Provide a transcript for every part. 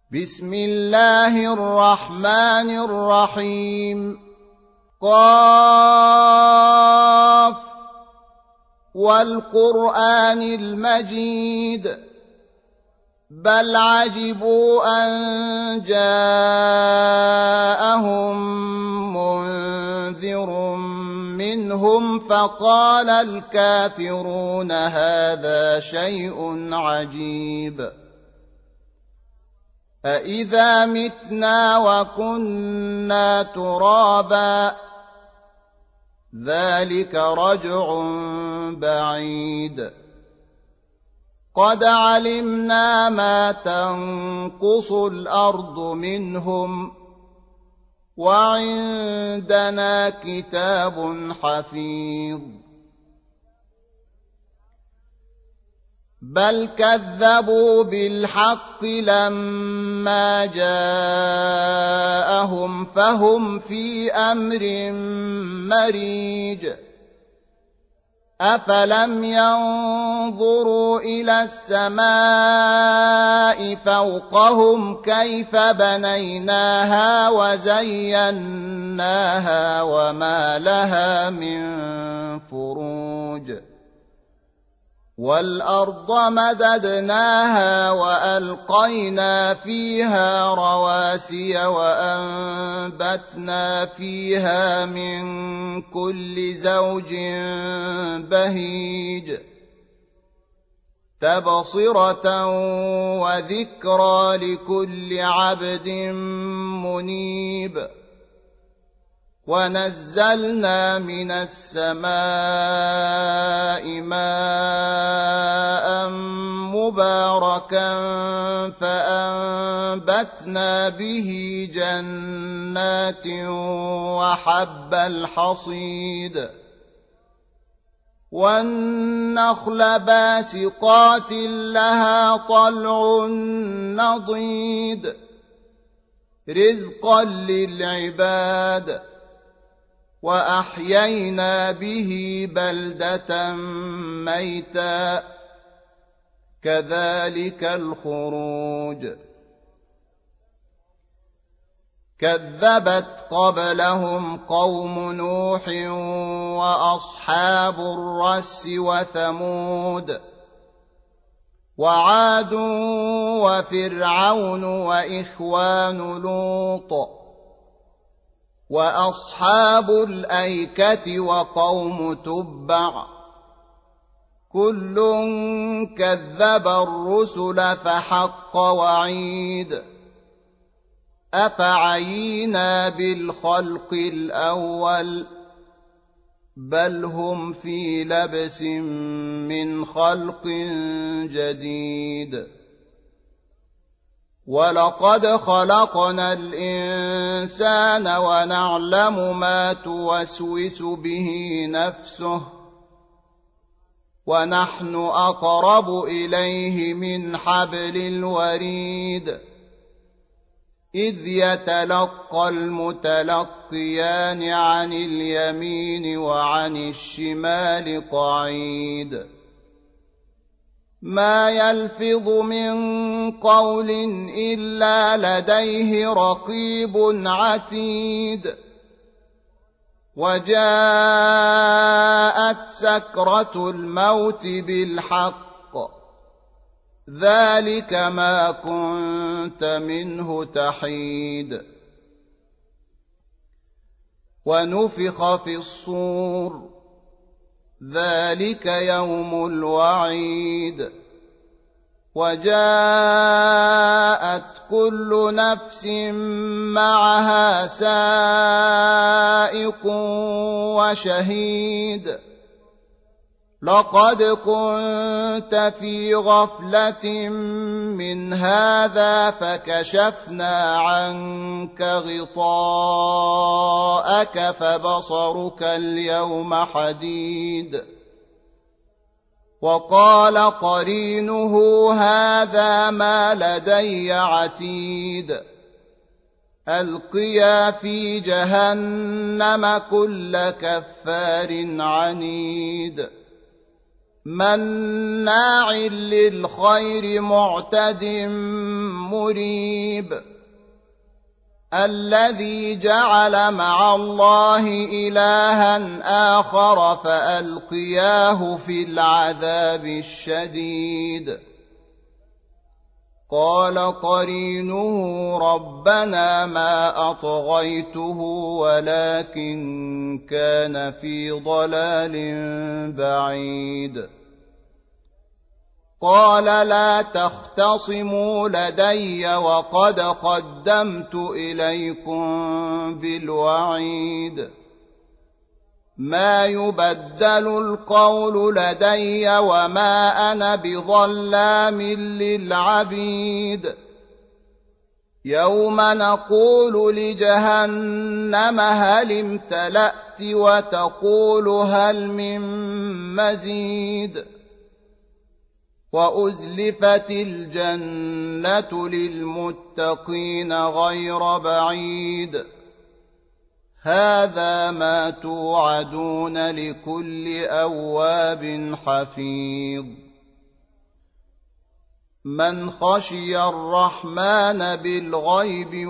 بسم الله الرحمن الرحيم. قاف والقرآن المجيد بل عجبوا أن جاءهم منذر منهم فقال الكافرون هذا شيء عجيب أإذا متنا وكنا ترابا ذلك رجع بعيد قد علمنا ما تنقص الأرض منهم وعندنا كتاب حفيظ بل كذبوا بالحق لما جاءهم فهم في أمر مريج أفلم ينظروا إلى السماء فوقهم كيف بنيناها وزيناها وما لها من فروج والأرض مددناها وألقينا فيها رواسي وأنبتنا فيها من كل زوج بهيج تبصرة وذكرى لكل عبد منيب ونزلنا من السماء ماء مباركا فأنبتنا به جنات وحب الحصيد والنخل باسقات لها طلع نضيد رزقا للعباد وأحيينا به بلدة ميتا كذلك الخروج كذبت قبلهم قوم نوح وأصحاب الرس وثمود وعاد وفرعون وإخوان لوط وأصحاب الأيكة وقوم تبع كل كذب الرسل فحق وعيد أفعينا بالخلق الأول بل هم في لبس من خلق جديد ولقد خلقنا الإنسان ونعلم ما توسوس به نفسه ونحن أقرب إليه من حبل الوريد إذ يتلقى المتلقيان عن اليمين وعن الشمال قعيد ما يلفظ من قول إلا لديه رقيب عتيد وجاءت سكرة الموت بالحق ذلك ما كنت منه تحيد ونفخ في الصور ذلك يوم الوعيد وجاءت كل نفس معها سائق وشهيد لقد كنت في غفلة من هذا فكشفنا عنك غطاءك فبصرك اليوم حديد وقال قرينه هذا ما لدي عتيد ألقيا في جهنم كل كفار عنيد مناع للخير معتد مريب الذي جعل مع الله إلها آخر فألقياه في العذاب الشديد قال قرينه ربنا ما أطغيته ولكن كان في ضلال بعيد قال لا تختصموا لدي وقد قدمت إليكم بالوعيد ما يبدل القول لدي وما أنا بظلام للعبيد يوم نقول لجهنم هل امتلأت وتقول هل من مزيد وأزلفت الجنة للمتقين غير بعيد هذا ما توعدون لكل أواب حفيظ من خشي الرحمن بالغيب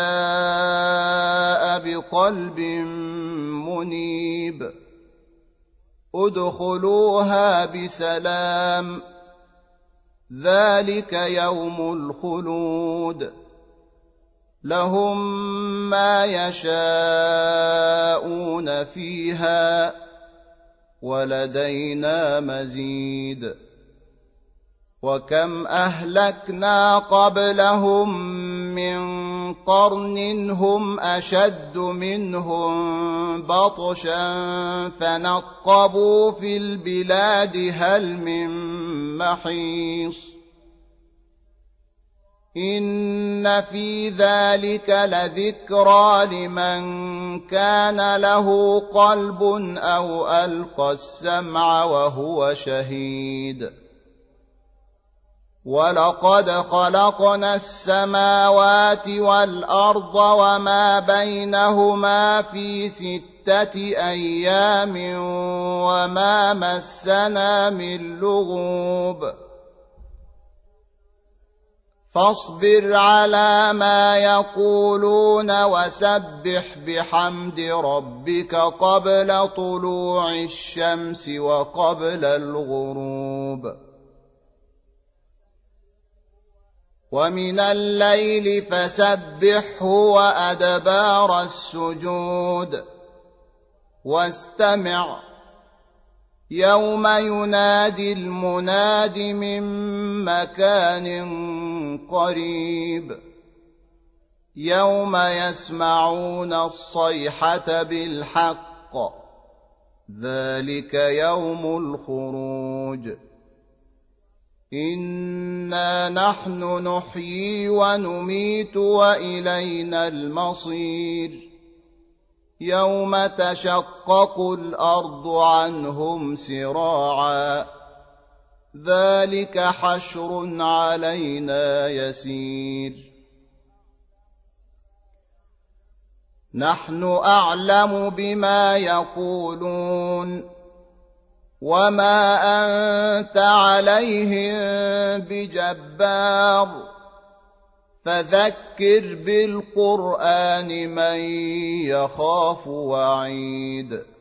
وجاء بقلب منيب ادخلوها بسلام ذلك يوم الخلود لهم ما يشاءون فيها ولدينا مزيد وكم أهلكنا قبلهم من قرن هم أشد منهم بطشا فنقبوا في البلاد هل من محيص إن في ذلك لذكرى لمن كان له قلب أو ألقى السمع وهو شهيد ولقد خلقنا السماوات والأرض وما بينهما في 6 أيام وما مسنا من لغوب فاصبر على ما يقولون وسبح بحمد ربك قبل طلوع الشمس وقبل الغروب ومن الليل فسبحه وأدبار السجود واستمع يوم ينادي المناد من مكان قريب يوم يسمعون الصيحة بالحق ذلك يوم الخروج إنا نحن نحيي ونميت وإلينا المصير يوم تشقق الأرض عنهم سراعا ذلك حشر علينا يسير نحن أعلم بما يقولون وما أنت عليهم بجبار فذكر بالقرآن من يخاف وعيد